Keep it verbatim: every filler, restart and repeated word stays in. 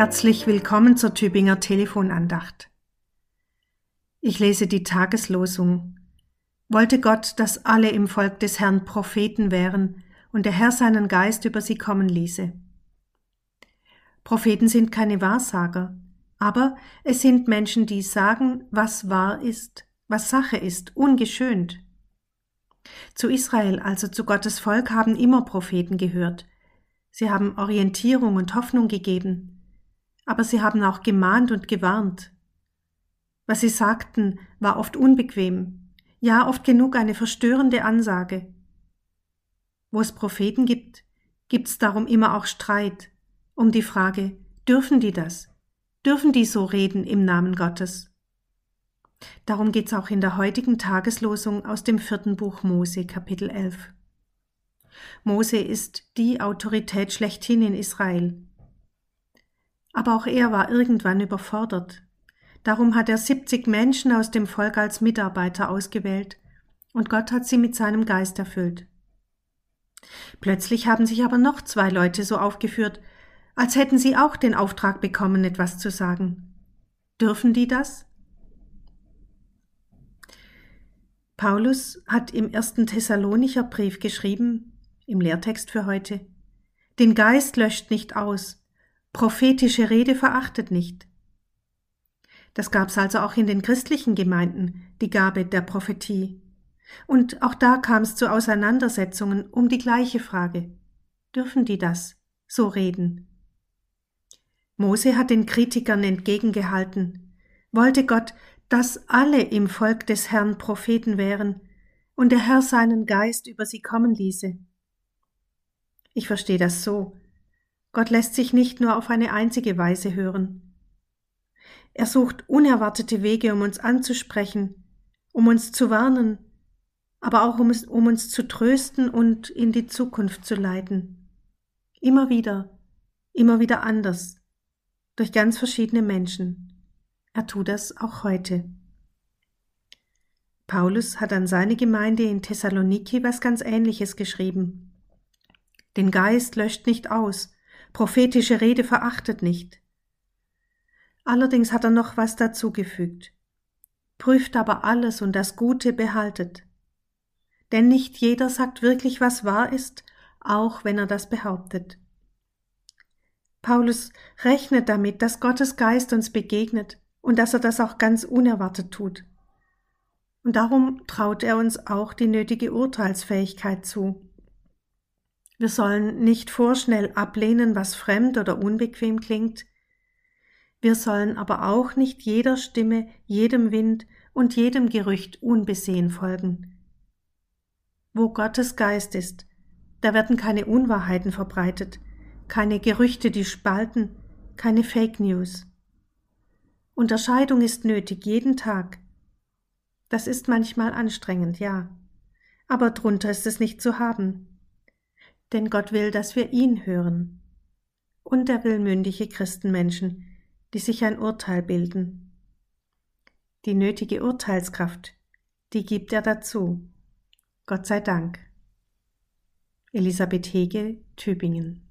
Herzlich willkommen zur Tübinger Telefonandacht. Ich lese die Tageslosung. Wollte Gott, dass alle im Volk des Herrn Propheten wären und der Herr seinen Geist über sie kommen ließe. Propheten sind keine Wahrsager, aber es sind Menschen, die sagen, was wahr ist, was Sache ist, ungeschönt. Zu Israel, also zu Gottes Volk, haben immer Propheten gehört. Sie haben Orientierung und Hoffnung gegeben. Aber sie haben auch gemahnt und gewarnt. Was sie sagten, war oft unbequem, ja oft genug eine verstörende Ansage. Wo es Propheten gibt, gibt's darum immer auch Streit um die Frage, dürfen die das? Dürfen die so reden im Namen Gottes? Darum geht's auch in der heutigen Tageslosung aus dem vierten Buch Mose, Kapitel elf. Mose ist die Autorität schlechthin in Israel. Aber auch er war irgendwann überfordert. Darum hat er siebzig Menschen aus dem Volk als Mitarbeiter ausgewählt und Gott hat sie mit seinem Geist erfüllt. Plötzlich haben sich aber noch zwei Leute so aufgeführt, als hätten sie auch den Auftrag bekommen, etwas zu sagen. Dürfen die das? Paulus hat im ersten Thessalonicher Brief geschrieben, im Lehrtext für heute, den Geist löscht nicht aus, prophetische Rede verachtet nicht. Das gab's also auch in den christlichen Gemeinden, die Gabe der Prophetie. Und auch da kam es zu Auseinandersetzungen um die gleiche Frage. Dürfen die das so reden? Mose hat den Kritikern entgegengehalten. Wollte Gott, dass alle im Volk des Herrn Propheten wären und der Herr seinen Geist über sie kommen ließe? Ich verstehe das so. Gott lässt sich nicht nur auf eine einzige Weise hören. Er sucht unerwartete Wege, um uns anzusprechen, um uns zu warnen, aber auch um, um uns zu trösten und in die Zukunft zu leiten. Immer wieder, immer wieder anders, durch ganz verschiedene Menschen. Er tut das auch heute. Paulus hat an seine Gemeinde in Thessaloniki was ganz Ähnliches geschrieben. Den Geist löscht nicht aus, prophetische Rede verachtet nicht. Allerdings hat er noch was dazugefügt. Prüft aber alles und das Gute behaltet. Denn nicht jeder sagt wirklich, was wahr ist, auch wenn er das behauptet. Paulus rechnet damit, dass Gottes Geist uns begegnet und dass er das auch ganz unerwartet tut. Und darum traut er uns auch die nötige Urteilsfähigkeit zu. Wir sollen nicht vorschnell ablehnen, was fremd oder unbequem klingt. Wir sollen aber auch nicht jeder Stimme, jedem Wind und jedem Gerücht unbesehen folgen. Wo Gottes Geist ist, da werden keine Unwahrheiten verbreitet, keine Gerüchte, die spalten, keine Fake News. Unterscheidung ist nötig, jeden Tag. Das ist manchmal anstrengend, ja, aber drunter ist es nicht zu haben. Denn Gott will, dass wir ihn hören. Und er will mündige Christenmenschen, die sich ein Urteil bilden. Die nötige Urteilskraft, die gibt er dazu. Gott sei Dank. Elisabeth Hege, Tübingen.